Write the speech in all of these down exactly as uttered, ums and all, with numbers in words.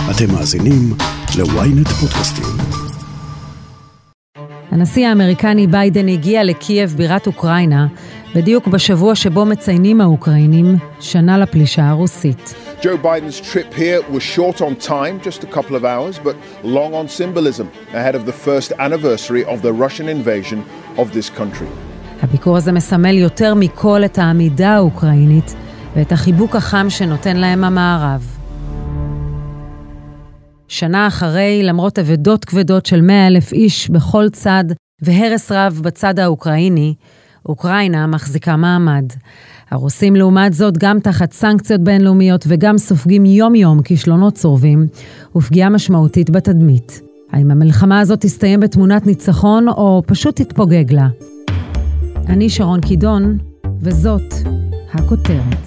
אתם מאזינים ל-ynet פודקאסטים. הנשיא האמריקני ביידן הגיע לקייב בירת אוקראינה, בדיוק בשבוע שבו מציינים האוקראינים שנה לפלישה הרוסית. Joe Biden's trip here was short on time, just a couple of hours, but long on symbolism ahead of the first anniversary of the Russian invasion of this country. הביקור הזה מסמל יותר מכל את העמידה האוקראינית ואת החיבוק החם שנותן להם המערב. שנה אחרי, למרות אבדות כבדות של מאה אלף איש בכל צד והרס רב בצד האוקראיני, אוקראינה מחזיקה מעמד. הרוסים לעומת זאת גם תחת סנקציות בינלאומיות וגם סופגים יום יום כישלונות צורבים ופגיעה משמעותית בתדמית. האם המלחמה הזאת תסתיים בתמונת ניצחון או פשוט תתפוגג לה? אני שרון קידון, וזאת הכותרת.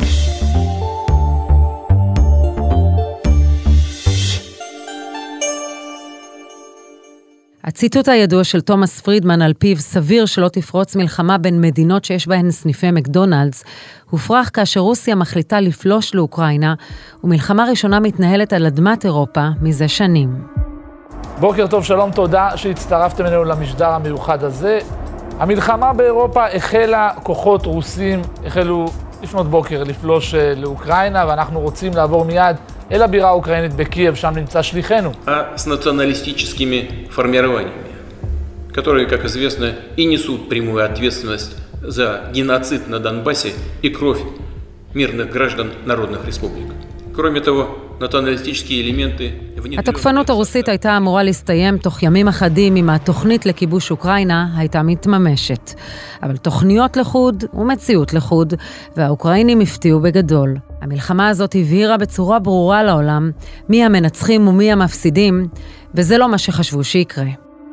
הציטוט הידוע של תומאס פרידמן על פיו סביר שלא תפרוץ מלחמה בין מדינות שיש בהן סניפי מקדונלדס, הופרח כאשר רוסיה מחליטה לפלוש לאוקראינה, ומלחמה ראשונה מתנהלת על אדמת אירופה מזה שנים. בוקר טוב, שלום, תודה שהצטרפתם אלינו למשדר המיוחד הזה. המלחמה באירופה החלה, כוחות רוסים החלו לפנות בוקר לפלוש לאוקראינה, ואנחנו רוצים לעבור מיד אל הבירה האוקראינית בקייב, שם נמצא שליחנו. С националистическими формированиями, которые, как известно, и несут прямую ответственность за геноцид на Донбассе и кровь мирных граждан народных республик. Кроме того, националистические элементы... התוקפנות הרוסית הייתה אמורה להסתיים תוך ימים אחדים אם התוכנית לכיבוש אוקראינה הייתה מתממשת. אבל תוכניות לחוד ומציאות לחוד, והאוקראינים הפתיעו בגדול. המלחמה הזאת הבהירה בצורה ברורה לעולם מי המנצחים ומי המפסידים, וזה לא מה שחשבו שיקרה.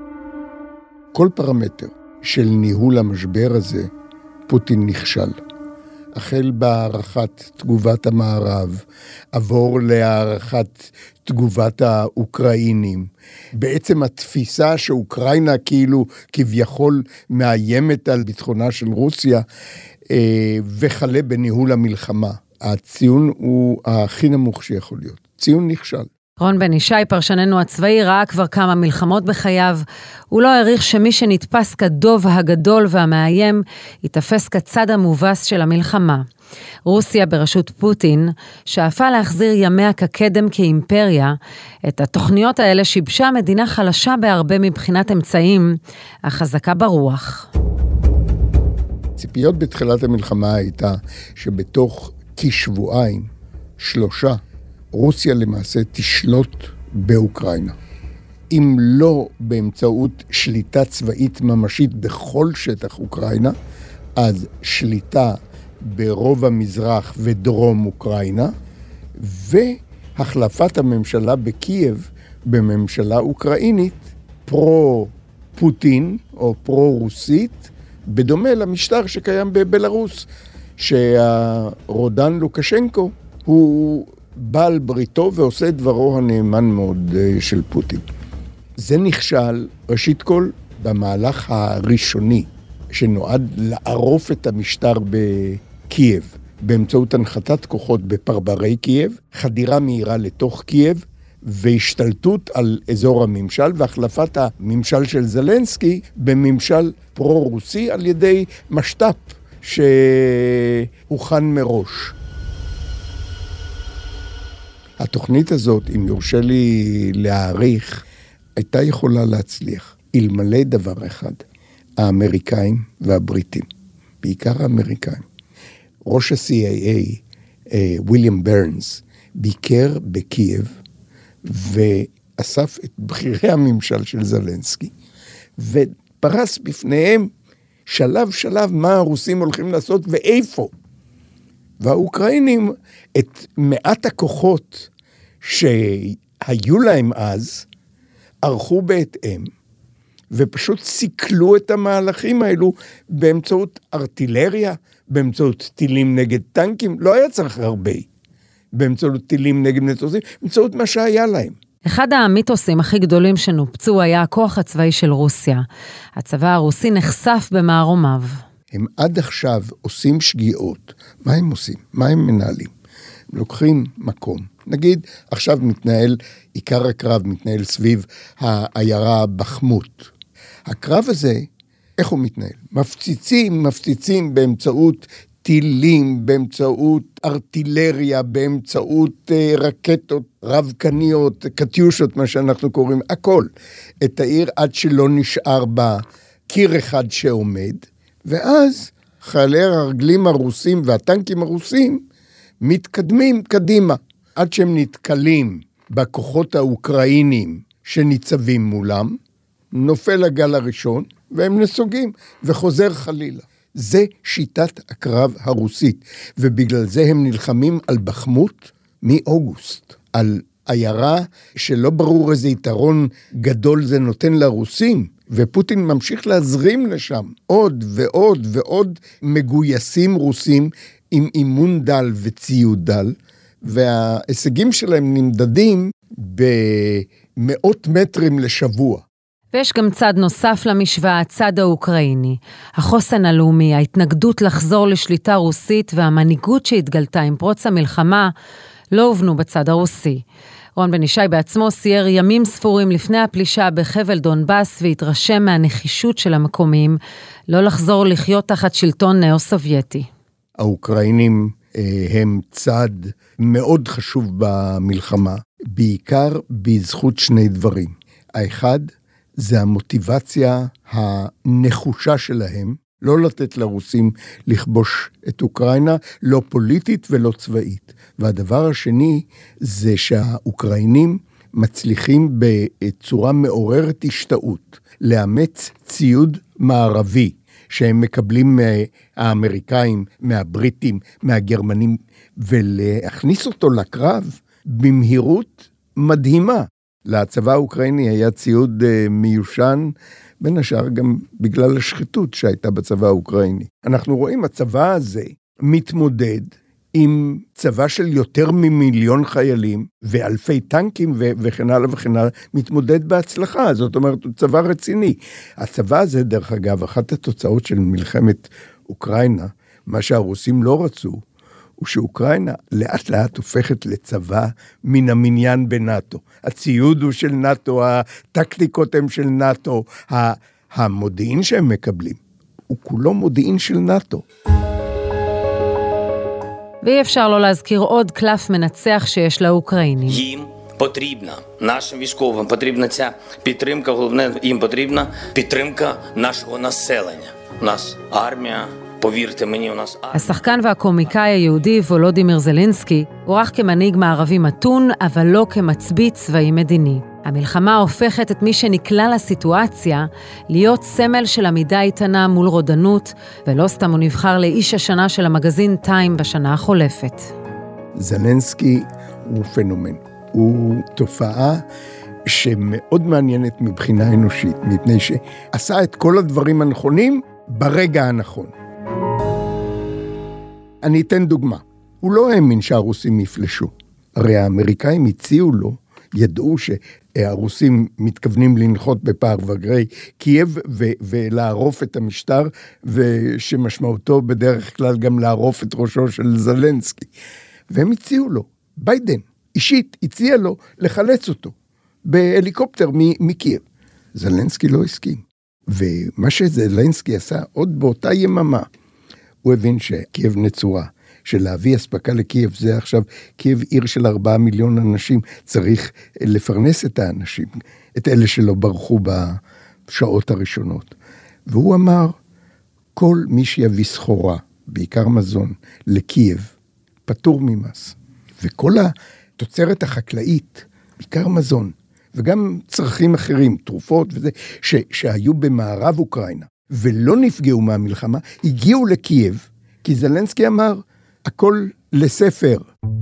כל פרמטר של ניהול המשבר הזה, פוטין נכשל. החל בהערכת תגובת המערב, עבור להערכת תגובת האוקראינים. בעצם התפיסה שאוקראינה כאילו כביכול מאיימת על ביטחונה של רוסיה, וחלה בניהול המלחמה. הציון הוא הכי נמוך שיכול להיות. ציון נכשל. רון בן ישי, פרשננו הצבאי, ראה כבר כמה מלחמות בחייו. הוא לא העריך שמי שנתפס כדוב הגדול והמאיים, יתפס כצד המובס של המלחמה. רוסיה בראשות פוטין, שאפה להחזיר ימיה כקדם כאימפריה, את התוכניות האלה שיבשה מדינה חלשה בהרבה מבחינת אמצעים, החזקה ברוח. ציפיות בתחילת המלחמה הייתה שבתוך כשבועיים, שלושה, רוסיה למעשה תשלוט באוקראינה. אם לא באמצעות שליטה צבאית ממשית בכל שטח אוקראינה, אז שליטה ברוב המזרח ודרום אוקראינה, והחלפת הממשלה בקייב בממשלה אוקראינית פרו-פוטין או פרו-רוסית, בדומה למשטר שקיים בבלרוס, שהרודן לוקשנקו הוא בעל בריתו ועושה דברו הנאמן מאוד של פוטין. זה נכשל, ראשית כל, במהלך הראשוני, שנועד לערוף את המשטר בקייב, באמצעות הנחתת כוחות בפרברי קייב, חדירה מהירה לתוך קייב, והשתלטות על אזור הממשל, והחלפת הממשל של זלנסקי בממשל פרו-רוסי על ידי משטף שהוכן מראש. התוכנית הזאת, אם יורשה לי להעריך, הייתה יכולה להצליח. אלמלא דבר אחד, האמריקאים והבריטים, בעיקר האמריקאים. ראש ה-סי איי איי, וויליאם ברנס, ביקר בקייב, ואסף את בכירי הממשל של זלנסקי, ופרס בפניהם שלב שלב מה הרוסים הולכים לעשות ואיפה. והאוקראינים את מעט הכוחות שהיו להם אז, ערכו בהתאם, ופשוט סיכלו את המהלכים האלו באמצעות ארטילריה, באמצעות טילים נגד טנקים, לא היה צריך הרבה, באמצעות טילים נגד מטוסים, באמצעות מה שהיה להם. אחד המיתוסים הכי גדולים שנופצו היה הכוח הצבאי של רוסיה. הצבא הרוסי נחשף במערומיו. הם עד עכשיו עושים שגיאות. מה הם עושים? מה הם מנהלים? הם לוקחים מקום, נגיד, עכשיו מתנהל, עיקר הקרב מתנהל סביב העיירה בחמות. הקרב הזה, איך הוא מתנהל? מפציצים, מפציצים באמצעות טילים, באמצעות ארטילריה, באמצעות אה, רקטות רב-קניות, קטיושות, מה שאנחנו קוראים, הכל. את העיר עד שלא נשאר בה קיר אחד שעומד, ואז חיילי הרגלים הרוסים והטנקים הרוסים מתקדמים קדימה, עד שהם נתקלים בכוחות האוקראינים שניצבים מולם, נופל הגל הראשון, והם נסוגים, וחוזר חלילה. זה שיטת הקרב הרוסית, ובגלל זה הם נלחמים על בחמות מאוגוסט, על עיירה שלא ברור איזה יתרון גדול זה נותן לרוסים, ופוטין ממשיך להזרים לשם עוד ועוד ועוד מגויסים רוסים עם אימון דל וציוד דל, וההישגים שלהם נמדדים במאות מטרים לשבוע. ויש גם צד נוסף למשוואה, הצד האוקראיני. החוסן הלאומי, ההתנגדות לחזור לשליטה רוסית והמנהיגות שהתגלתה עם פרוץ המלחמה לא הובנו בצד הרוסי. רון בן ישי בעצמו סייר ימים ספורים לפני הפלישה בחבל דונבאס והתרשם מהנחישות של המקומיים לא לחזור לחיות תחת שלטון נאו-סובייטי. האוקראינים הם צד מאוד חשוב במלחמה, בעיקר בזכות שני דברים. האחד, זה המוטיבציה הנחושה שלהם, לא לתת לרוסים לכבוש את אוקראינה, לא פוליטית ולא צבאית. והדבר השני, זה שהאוקראינים מצליחים בצורה מעוררת השתאות, לאמץ ציוד מערבי, שהם מקבלים מהאמריקאים, מהבריטים, מהגרמנים, ולהכניס אותו לקרב במהירות מדהימה. לצבא האוקראיני היה ציוד מיושן, בין השאר גם בגלל השחיתות שהייתה בצבא האוקראיני. אנחנו רואים, הצבא הזה מתמודד עם צבא של יותר ממיליון חיילים, ואלפי טנקים ו- וכן הלאה וכן הלאה, מתמודד בהצלחה, זאת אומרת, הוא צבא רציני. הצבא הזה, דרך אגב, אחת התוצאות של מלחמת אוקראינה, מה שהרוסים לא רצו, הוא שאוקראינה לאט לאט הופכת לצבא מן המניין בנאטו. הציוד הוא של נאטו, הטקטיקות הם של נאטו, המודיעין שהם מקבלים, הוא כולו מודיעין של נאטו. ואי אפשר לא להזכיר עוד קלף מנצח שיש לאוקראינים. їм потрібна, нашим військовим потрібна ця підтримка, головне, їм потрібна підтримка нашого населення. У нас армія, повірте мені, у нас армія. השחקן והקומיקאי היהודי וולודימיר זלנסקי הוערך כמנהיג מערבי מתון, אבל לא כמצביא צבאי מדיני. המלחמה הופכת את מי שנקלע לסיטואציה להיות סמל של עמידה איתנה מול רודנות, ולא סתם הוא נבחר לאיש השנה של המגזין טיים בשנה החולפת. זלנסקי הוא פנומן, הוא תופעה שמאוד מעניינת מבחינה אנושית, מפני שעשה את כל הדברים הנכונים ברגע הנכון. אני אתן דוגמה, הוא לא האמין שהרוסים יפלשו, הרי האמריקאים הציעו לו, ידעו שהרוסים מתכוונים לנחות בפרווגרי קייב ו- ולערוף את המשטר, ושמשמעותו בדרך כלל גם לערוף את ראשו של זלנסקי. והם הציעו לו, ביידן אישית הציע לו לחלץ אותו בהליקופטר מקייב. זלנסקי לא הסכים. ומה שזלנסקי עשה עוד באותה יממה, הוא הבין שקייב נצורה, שלהביא הספקה לקייב, זה עכשיו קייב עיר של ארבעה מיליון אנשים, צריך לפרנס את האנשים, את אלה שלא ברחו בשעות הראשונות. והוא אמר, כל מי שיביא סחורה, בעיקר מזון, לקייב, פטור ממס. וכל התוצרת החקלאית, בעיקר מזון, וגם צרכים אחרים, תרופות וזה, ש, שהיו במערב אוקראינה, ולא נפגעו מהמלחמה, הגיעו לקייב, כי זלנסקי אמר, הכל לספר.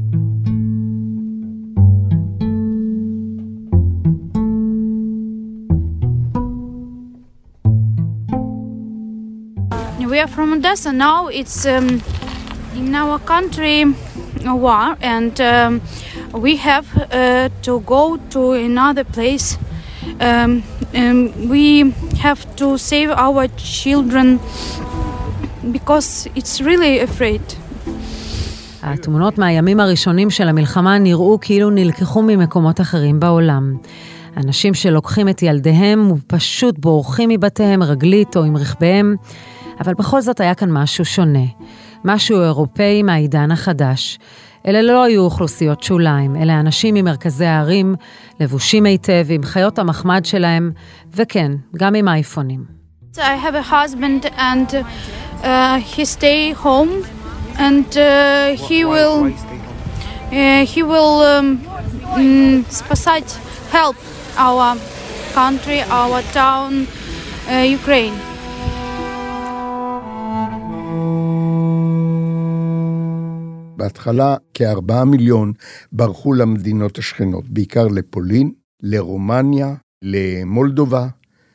We are from Odessa now. It's um, in our country a war, and um, we have uh, to go to another place. Um, and we have to save our children because it's really afraid. התמונות מהימים הראשונים של המלחמה נראו כאילו נלקחו ממקומות אחרים בעולם. אנשים שלוקחים את ילדיהם ופשוט בורחים מבתיהם רגלית או עם רכביהם, אבל בכל זאת היה כאן משהו שונה, משהו אירופאי מהעידן החדש. אלה לא היו אוכלוסיות שוליים, אלה אנשים ממרכזי הערים, לבושים היטב עם חיות המחמד שלהם, וכן, גם עם האייפונים. I have a husband and uh, he stay home and uh, he will uh, he will um, um, spasать help our country, our town, uh, Ukraine. בהתחלה כארבעה מיליון ברחו למדינות השכנות, בעיקר לפולין, לרומניה, למולדובה,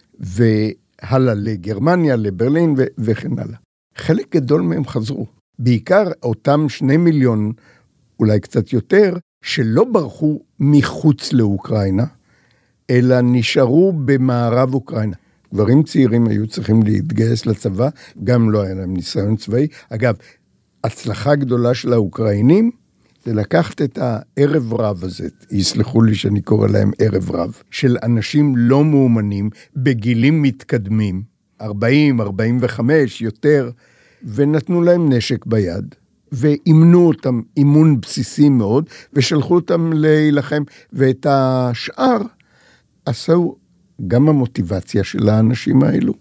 והלאה לגרמניה, לברלין ו- וכן הלאה. חלק גדול מהם חזרו, בעיקר אותם שני מיליון, אולי קצת יותר, שלא ברחו מחוץ לאוקראינה, אלא נשארו במערב אוקראינה. גברים צעירים היו צריכים להתגייס לצבא, גם לא היה להם ניסיון צבאי. אגב, הצלחה גדולה של האוקראינים, זה לקחת את הערב רב הזה, יסלחו לי שאני קורא להם ערב רב, של אנשים לא מאומנים, בגילים מתקדמים, ארבעים, ארבעים וחמש, יותר, ונתנו להם נשק ביד, ואימנו אותם אימון בסיסי מאוד, ושלחו אותם להילחם, ואת השאר עשו גם המוטיבציה של האנשים האלו,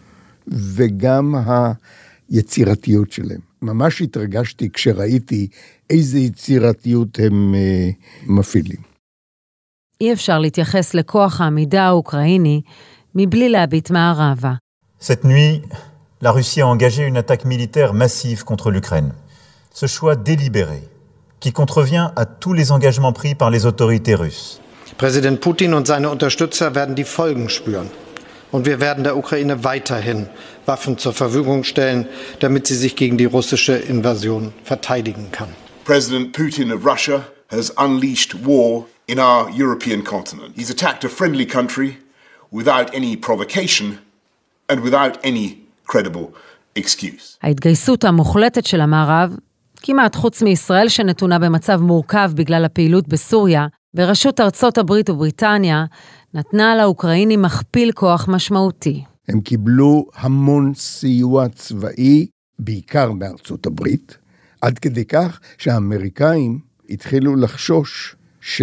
וגם היצירתיות שלהם. ממש התרגשתי כשראיתי איזה יצירתיות הם uh, מפעילים. אי אפשר להתייחס לכוח העמידה האוקראיני מבלי להביט מערבה. Cette nuit, la Russie a engagé une attaque militaire massive contre l'Ukraine. Ce choix délibéré, qui contrevient à tous les engagements pris par les autorités russes. Präsident Putin und seine Unterstützer werden die Folgen spüren. Und wir werden der Ukraine weiterhin Waffen zur Verfügung stellen, damit sie sich gegen die russische Invasion verteidigen kann. President Putin of Russia has unleashed war in our European continent. He's attacked a friendly country without any provocation and without any credible excuse. ההתגייסות המוחלטת של המערב, כמעט חוץ מישראל שנתונה במצב מורכב בגלל הפעילות בסוריה, בראשות ארצות הברית ובריטניה, נתנה לאוקראינים מכפיל כוח משמעותי. הם קיבלו המון סיוע צבאי, בעיקר בארצות הברית, עד כדי כך שהאמריקאים התחילו לחשוש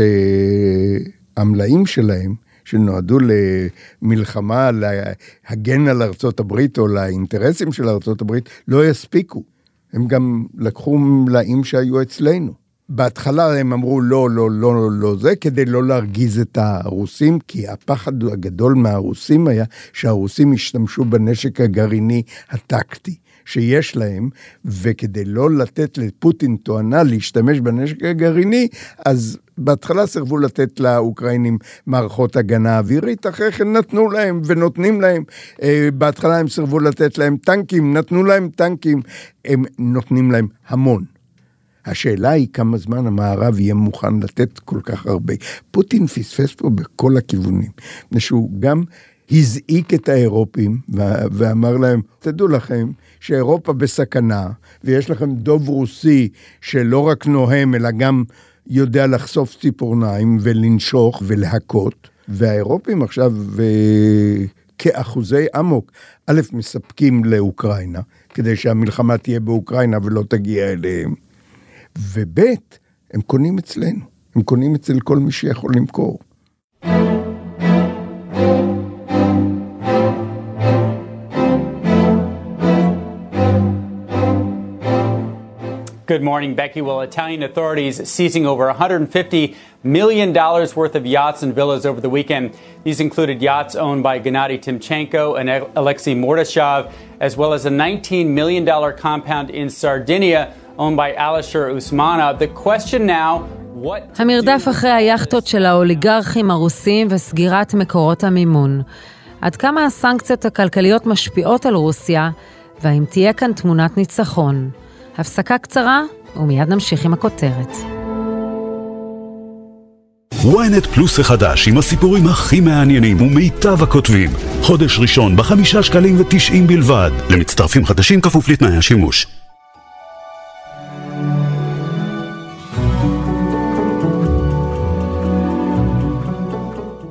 שהמלאים שלהם, שנועדו למלחמה, להגן על ארצות הברית או לאינטרסים של ארצות הברית, לא יספיקו. הם גם לקחו מלאים שהיו אצלנו. בהתחלה הם אמרו לא, לא, לא, לא, לא, זה כדי לא להרגיז את הרוסים, כי הפחד הגדול מהרוסים היה שהרוסים השתמשו בנשק הגרעיני הטקטי שיש להם, וכדי לא לתת לפוטין תואנה להשתמש בנשק הגרעיני, אז בהתחלה סרבו לתת לאוקראינים מערכות הגנה אווירית, אחרי כן נתנו להם ונותנים להם, בהתחלה הם סרבו לתת להם טנקים, נתנו להם טנקים, הם נותנים להם המון. השאלה היא כמה זמן המערב יהיה מוכן לתת כל כך הרבה. פוטין פספס פה בכל הכיוונים, שהוא גם הזעיק את האירופים ואמר להם, תדעו לכם שאירופה בסכנה, ויש לכם דוב רוסי שלא רק נוהם, אלא גם יודע לחשוף ציפורניים ולנשוך ולהכות, והאירופים עכשיו כאחוזי עמוק, א' מספקים לאוקראינה, כדי שהמלחמה תהיה באוקראינה ולא תגיע אליהם, ובית, הם קונים אצלנו. הם קונים אצל כל מי שיכול למכור. Good morning, Becky. Well, Italian authorities seizing over one hundred fifty million dollars worth of yachts and villas over the weekend. These included yachts owned by Gennady Timchenko and Alexei Mordashov, as well as a nineteen million dollars compound in Sardinia owned by Alisher Usmanov. The question now, what... המרדף אחרי היאכטות של האוליגרכים הרוסים וסגירת מקורות המימון. עד כמה הסנקציות הכלכליות משפיעות על רוסיה, והאם תהיה כאן תמונת ניצחון. הפסקה קצרה, ומיד נמשיך עם הכותרת. וויינט פלוס החדש עם הסיפורים הכי מעניינים ומיטב הכותבים. חודש ראשון בחמישה שקלים ותשעים בלבד. למצטרפים חדשים כפוף לתנאי השימוש.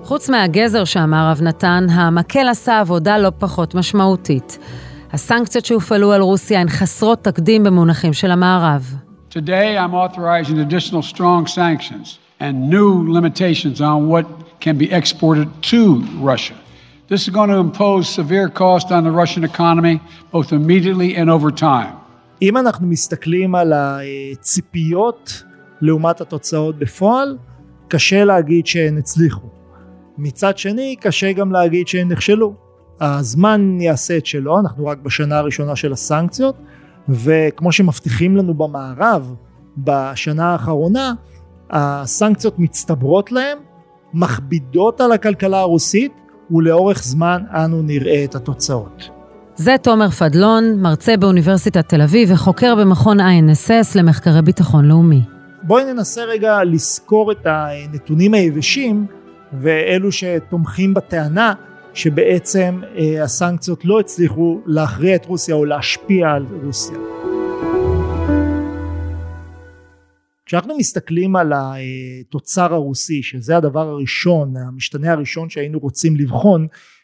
חוץ מהגזר שהמערב נתן, המקל עשה עבודה לא פחות משמעותית. הסנקציות שהופעלו על רוסיה הן חסרות תקדים במונחים של המערב. Today I'm authorizing additional strong sanctions and new limitations on what can be exported to Russia. This is going to impose severe cost on the Russian economy, both immediately and over time. אם אנחנו מסתכלים על הציפיות לעומת התוצאות בפועל, קשה להגיד שהן הצליחו. מצד שני, קשה גם להגיד שהן נכשלו. הזמן יעשה את שלו, אנחנו רק בשנה הראשונה של הסנקציות, וכמו שמבטיחים לנו במערב, בשנה האחרונה, הסנקציות מצטברות להם, מכבידות על הכלכלה הרוסית, ולאורך זמן אנו נראה את התוצאות. זה תומר פדלון, מרצה באוניברסיטת תל אביב וחוקר במכון איי אן אס אס למחקרי ביטחון לאומי. בואי ננסה רגע לזכור את הנתונים היבשים, ואלו שתומכים בטענה שבעצם אה, הסנקציות לא הצליחו להכריע את רוסיה או להשפיע על רוסיה. כשאנחנו מסתכלים על התוצר הרוסי, שזה הדבר הראשון, המשתנה הראשון שהיינו רוצים לבחון,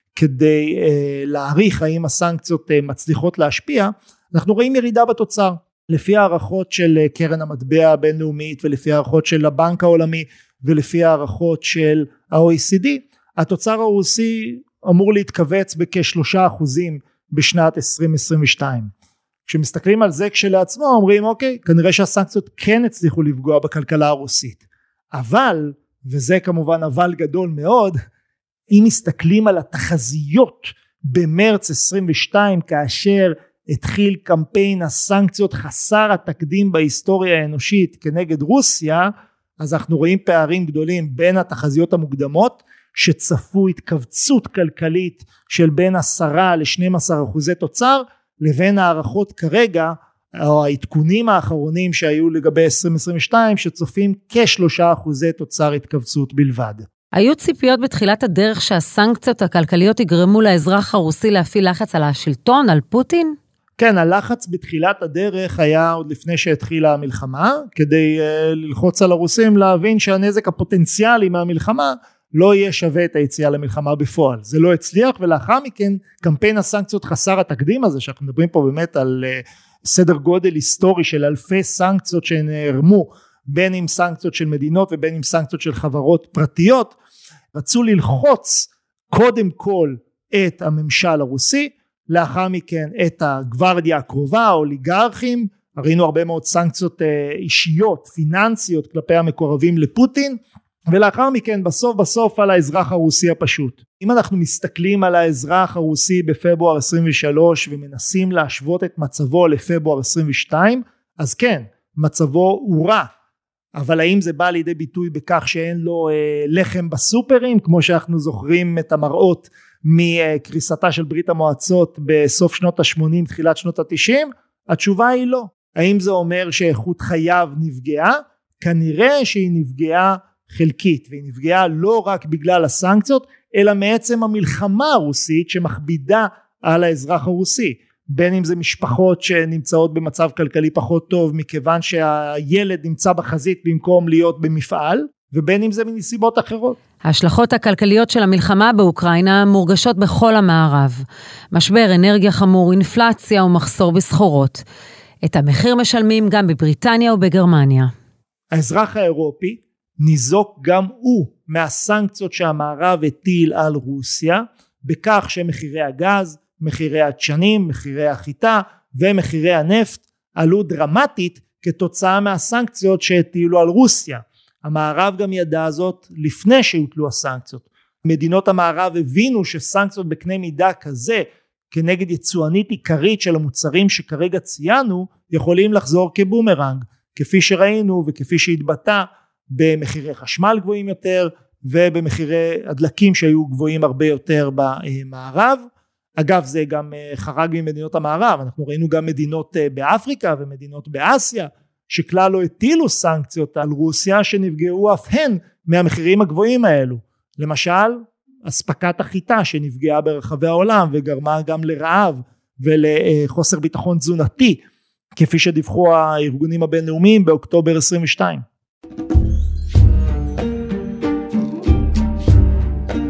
כדי אה, להעריך האם הסנקציות אה, מצליחות להשפיע, אנחנו רואים ירידה בתוצר. לפי הערכות של קרן המטבע הבינלאומית ולפי הערכות של הבנק העולמי ולפי הערכות של ה-או אי סי די, התוצר הרוסי אמור להתכווץ בכ-שלושה אחוזים בשנת עשרים עשרים ושתיים. כשמסתכלים על זה כשלעצמו אומרים אוקיי, כנראה שהסנקציות כן הצליחו לפגוע בכלכלה הרוסית. אבל, וזה כמובן אבל גדול מאוד, אם מסתכלים על התחזיות במרץ עשרים ושתיים כאשר התחיל קמפיין הסנקציות חסר התקדים בהיסטוריה האנושית כנגד רוסיה, אז אנחנו רואים פערים גדולים בין התחזיות המוקדמות שצפו התכווצות כלכלית של בין עשרה ל-שנים עשר אחוזי תוצר, לבין הערכות כרגע או העדכונים האחרונים שהיו לגבי עשרים עשרים ושתיים שצופים כשלושה אחוזי תוצר התכווצות בלבד. היו ציפיות בתחילת הדרך שהסנקציות הכלכליות יגרמו לאזרח הרוסי להפעיל לחץ על השלטון, על פוטין? כן, הלחץ בתחילת הדרך היה עוד לפני שהתחילה המלחמה, כדי uh, ללחוץ על הרוסים להבין שהנזק הפוטנציאלי מהמלחמה לא יהיה שווה את היציאה למלחמה בפועל. זה לא הצליח, ולאחר מכן קמפיין הסנקציות חסר התקדים הזה, שאנחנו מדברים פה באמת על uh, סדר גודל היסטורי של אלפי סנקציות שנערמו, בין עם סנקציות של מדינות ובין עם סנקציות של חברות פרטיות, רצו ללחוץ קודם כל את הממשל הרוסי, לאחר מכן את הגוורדיה הקרובה, האוליגרכים, ראינו הרבה מאוד סנקציות אישיות, פיננסיות כלפי המקורבים לפוטין, ולאחר מכן בסוף בסוף על האזרח הרוסי הפשוט. אם אנחנו מסתכלים על האזרח הרוסי בפברואר עשרים ושלוש ומנסים להשוות את מצבו לפברואר עשרים ושתיים, אז כן, מצבו הוא רע, אבל האם זה בא לידי ביטוי בכך שאין לו אה, לחם בסופרים, כמו שאנחנו זוכרים את המראות מקריסתה של ברית המועצות בסוף שנות ה-שמונים, תחילת שנות ה-תשעים? התשובה היא לא. האם זה אומר שאיכות חייו נפגעה? כנראה שהיא נפגעה חלקית, והיא נפגעה לא רק בגלל הסנקציות, אלא מעצם המלחמה הרוסית שמכבידה על האזרח הרוסי. בין אם זה משפחות שנמצאות במצב כלכלי פחות טוב, מכיוון שהילד נמצא בחזית במקום להיות במפעל, ובין אם זה מנסיבות אחרות. ההשלכות הכלכליות של המלחמה באוקראינה מורגשות בכל המערב. משבר אנרגיה חמור, אינפלציה ומחסור בסחורות. את המחיר משלמים גם בבריטניה ובגרמניה. האזרח האירופי ניזוק גם הוא מהסנקציות שהמערב הטיל על רוסיה, בכך שמחירי הגז, מחירי הדשנים, מחירי החיטה ומחירי הנפט עלו דרמטית כתוצאה מהסנקציות שהטילו על רוסיה. המערב גם ידע זאת לפני שהוטלו הסנקציות. מדינות המערב הבינו שסנקציות בקנה מידה כזה כנגד יצואנית עיקרית של המוצרים שכרגע ציינו יכולים לחזור כבומרנג, כפי שראינו וכפי שהתבטא במחירי חשמל גבוהים יותר ובמחירי הדלקים שהיו גבוהים הרבה יותר במערב. אגב, זה גם חרג ממדינות המערב, אנחנו ראינו גם מדינות באפריקה ומדינות באסיה שכלל לא הטילו סנקציות על רוסיה שנפגעו אף הן מהמחירים הגבוהים האלו. למשל, אספקת החיטה שנפגעה ברחבי העולם וגרמה גם לרעב ולחוסר ביטחון תזונתי, כפי שדיווחו הארגונים הבינלאומיים באוקטובר עשרים ושתיים.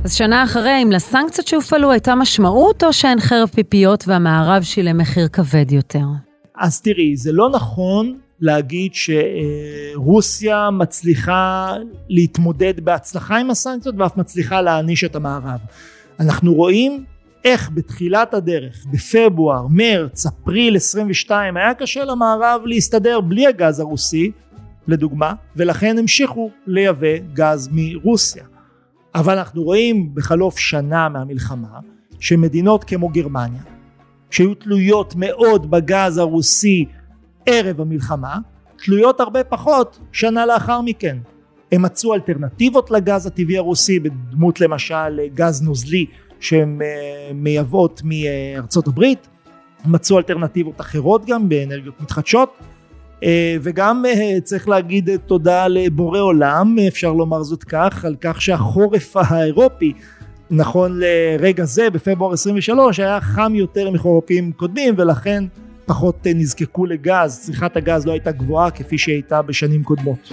אז שנה אחרי, אם לסנקציות שהופעלו הייתה משמעות, או שהן חרב פיפיות והמערב שילם מחיר כבד יותר? אז תראי, זה לא נכון להגיד שרוסיה מצליחה להתמודד בהצלחה עם הסנקציות, ואף מצליחה להעניש את המערב. אנחנו רואים איך בתחילת הדרך, בפברואר, מרץ, אפריל עשרים ושתיים, היה קשה למערב להסתדר בלי הגז הרוסי, לדוגמה, ולכן המשיכו לייבא גז מרוסיה. אבל אנחנו רואים בחלוף שנה מהמלחמה, שמדינות כמו גרמניה, שהיו תלויות מאוד בגז הרוסי ערב המלחמה, תלויות הרבה פחות שנה לאחר מכן. הם מצאו אלטרנטיבות לגז הטבעי הרוסי, בדמות למשל גז נוזלי שהן מייבאות מארצות הברית, מצאו אלטרנטיבות אחרות גם באנרגיות מתחדשות, וגם צריך להגיד תודה לבורא עולם, אפשר לומר זאת כך, על כך שהחורף האירופי, נכון לרגע זה בפברואר עשרים ושלוש, היה חם יותר מחורפים קודמים, ולכן פחות נזקקו לגז, צריכת הגז לא הייתה גבוהה כפי שהייתה בשנים קודמות.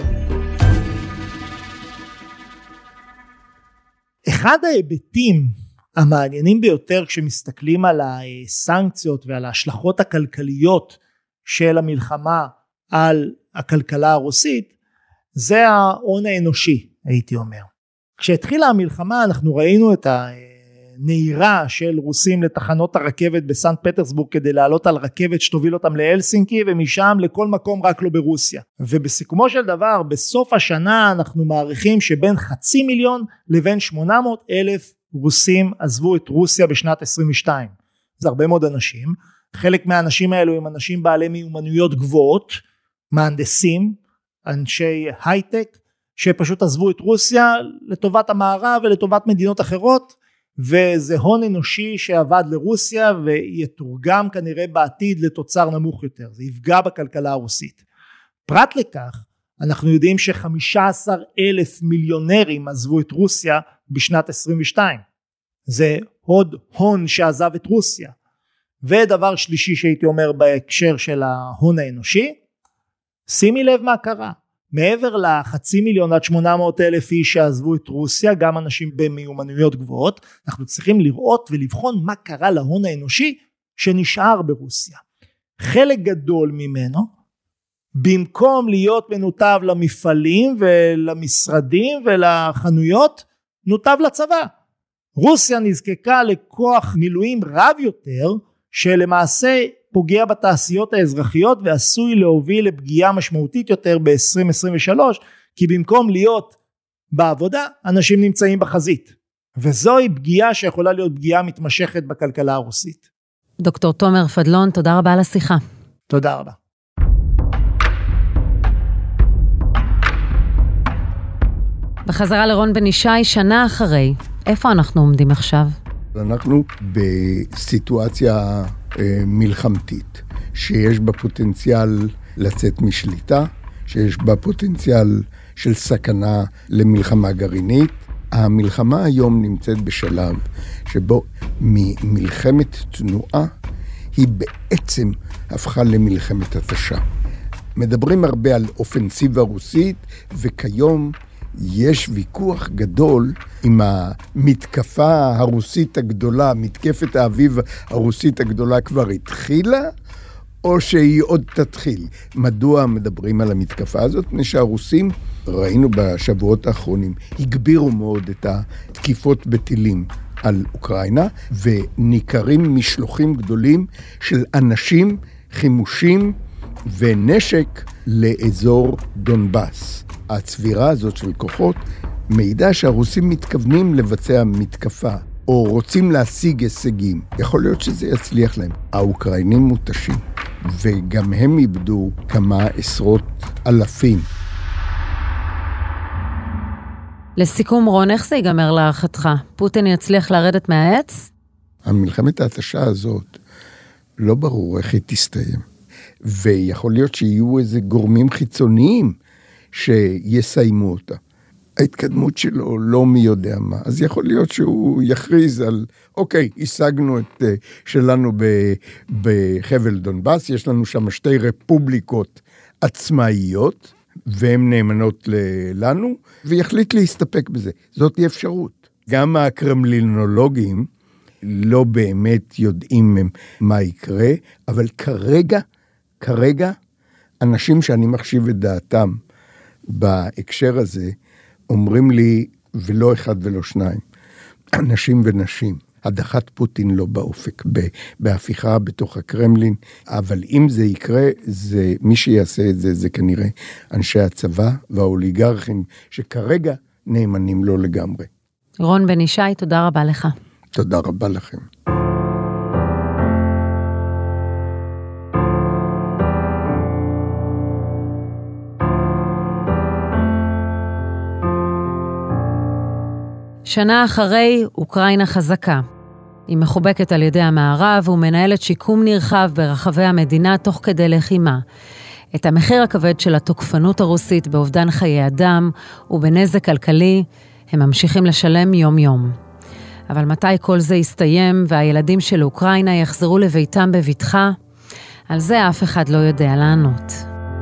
אחד ההיבטים המעניינים ביותר כשמסתכלים על הסנקציות ועל ההשלכות הכלכליות של המלחמה על הכלכלה הרוסית, זה ההון האנושי, הייתי אומר. כשהתחילה המלחמה אנחנו ראינו את הנהירה של רוסים לתחנות הרכבת בסנט פטרסבורג כדי לעלות על רכבת שתוביל אותם להלסינקי ומשם לכל מקום רק לא ברוסיה. ובסיכומו של דבר בסוף השנה אנחנו מעריכים שבין חצי מיליון לבין שמונה מאות אלף רוסים עזבו את רוסיה בשנת עשרים ושתיים. זה הרבה מאוד אנשים. חלק מהאנשים האלו הם אנשים בעלי מיומנויות גבוהות, מהנדסים, אנשי הייטק, שפשוט עזבו את רוסיה לטובת המערב ולטובת מדינות אחרות, וזה הון אנושי שעבד לרוסיה ויתורגם כנראה בעתיד לתוצר נמוך יותר. זה יפגע בכלכלה הרוסית. פרט לכך, אנחנו יודעים ש-חמישה עשר אלף מיליונרים עזבו את רוסיה בשנת עשרים ושתיים. זה עוד הון שעזב את רוסיה. ודבר שלישי שהייתי אומר בהקשר של ההון האנושי, שימי לב מה קרה. מעבר לחצי מיליון עד שמונה מאות אלף איש שעזבו את רוסיה, גם אנשים במיומנויות גבוהות, אנחנו צריכים לראות ולבחון מה קרה להון האנושי שנשאר ברוסיה. חלק גדול ממנו, במקום להיות מנותב למפעלים ולמשרדים ולחנויות, נותב לצבא. רוסיה נזקקה לכוח מילואים רב יותר, שלמעשה פוגע בתעשיות האזרחיות ועשוי להוביל לפגיעה משמעותית יותר ב-עשרים עשרים ושלוש, כי במקום להיות בעבודה, אנשים נמצאים בחזית. וזוהי פגיעה שיכולה להיות פגיעה מתמשכת בכלכלה הרוסית. דוקטור תומר פדלון, תודה רבה על השיחה. תודה רבה. בחזרה לרון בן ישי, שנה אחרי, איפה אנחנו עומדים עכשיו? אנחנו בסיטואציה אה, מלחמתית, שיש בה פוטנציאל לצאת משליטה, שיש בה פוטנציאל של סכנה למלחמה גרעינית. המלחמה היום נמצאת בשלב שבו ממלחמת תנועה היא בעצם הפכה למלחמת התשה. מדברים הרבה על אופנסיבה רוסית, וכיום יש ויכוח גדול עם המתקפה הרוסית הגדולה, מתקפת האביב הרוסית הגדולה כבר התחילה, או שהיא עוד תתחיל. מדוע מדברים על המתקפה הזאת? מפני שהרוסים, ראינו בשבועות האחרונים, הגבירו מאוד את התקיפות בטילים על אוקראינה, וניכרים משלוחים גדולים של אנשים, חימושים ונשק לאזור דונבאס. הצבירה הזאת של כוחות מעידה שהרוסים מתכוונים לבצע מתקפה, או רוצים להשיג הישגים. יכול להיות שזה יצליח להם. האוקראינים מותשים, וגם הם איבדו כמה עשרות אלפים. לסיכום רון, איך זה ייגמר להערכתך? פוטין יצליח לרדת מהעץ? המלחמת ההתשה הזאת, לא ברור איך היא תסתיים. ויכול להיות שיהיו איזה גורמים חיצוניים שיסיימו אותה. ההתקדמות שלו לא מי יודע מה, אז יכול להיות שהוא יכריז על, אוקיי, השגנו את שלנו בחבל דונבאס, יש לנו שם שתי רפובליקות עצמאיות, והן נאמנות לנו, ויחליט להסתפק בזה. זאת היא אפשרות. גם הקרמלינולוגים לא באמת יודעים מה יקרה, אבל כרגע, כרגע, אנשים שאני מחשיב את דעתם בהקשר הזה, אומרים לי, ולא אחד ולא שניים, אנשים ונשים, הדחת פוטין לא באופק, בהפיכה בתוך הקרמלין, אבל אם זה יקרה, זה, מי שיעשה את זה, זה כנראה אנשי הצבא והאוליגרכים, שכרגע נאמנים לו לגמרי. רון בן ישי, תודה רבה לך. תודה רבה לכם. שנה אחרי, אוקראינה חזקה. היא מחובקת על ידי המערב ומנהלת שיקום נרחב ברחבי המדינה תוך כדי לחימה. את המחיר הכבד של התוקפנות הרוסית באובדן חיי אדם ובנזק כלכלי, הם ממשיכים לשלם יום יום. אבל מתי כל זה יסתיים והילדים של אוקראינה יחזרו לביתם בבטחה? על זה אף אחד לא יודע לענות.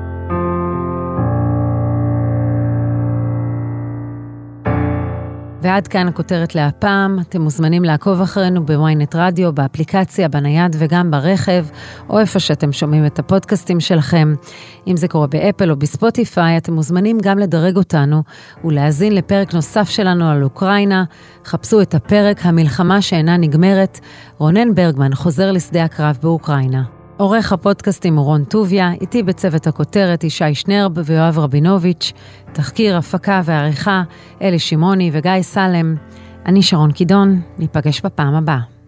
ועד כאן הכותרת להפעם. אתם מוזמנים לעקוב אחרינו בוויינט רדיו, באפליקציה, בנייד וגם ברכב, או איפה שאתם שומעים את הפודקאסטים שלכם. אם זה קורה באפל או בספוטיפיי, אתם מוזמנים גם לדרג אותנו ולהאזין לפרק נוסף שלנו על אוקראינה. חפשו את הפרק המלחמה שאינה נגמרת. רונן ברגמן חוזר לשדה הקרב באוקראינה. עורך הפודקאסטים הוא רון טוביה, איתי בצוות הכותרת ישי שנרב ויואב רבינוביץ', תחקיר, הפקה ועריכה אלי שמעוני וגיא סלם. אני שרון קידון, ניפגש בפעם הבאה.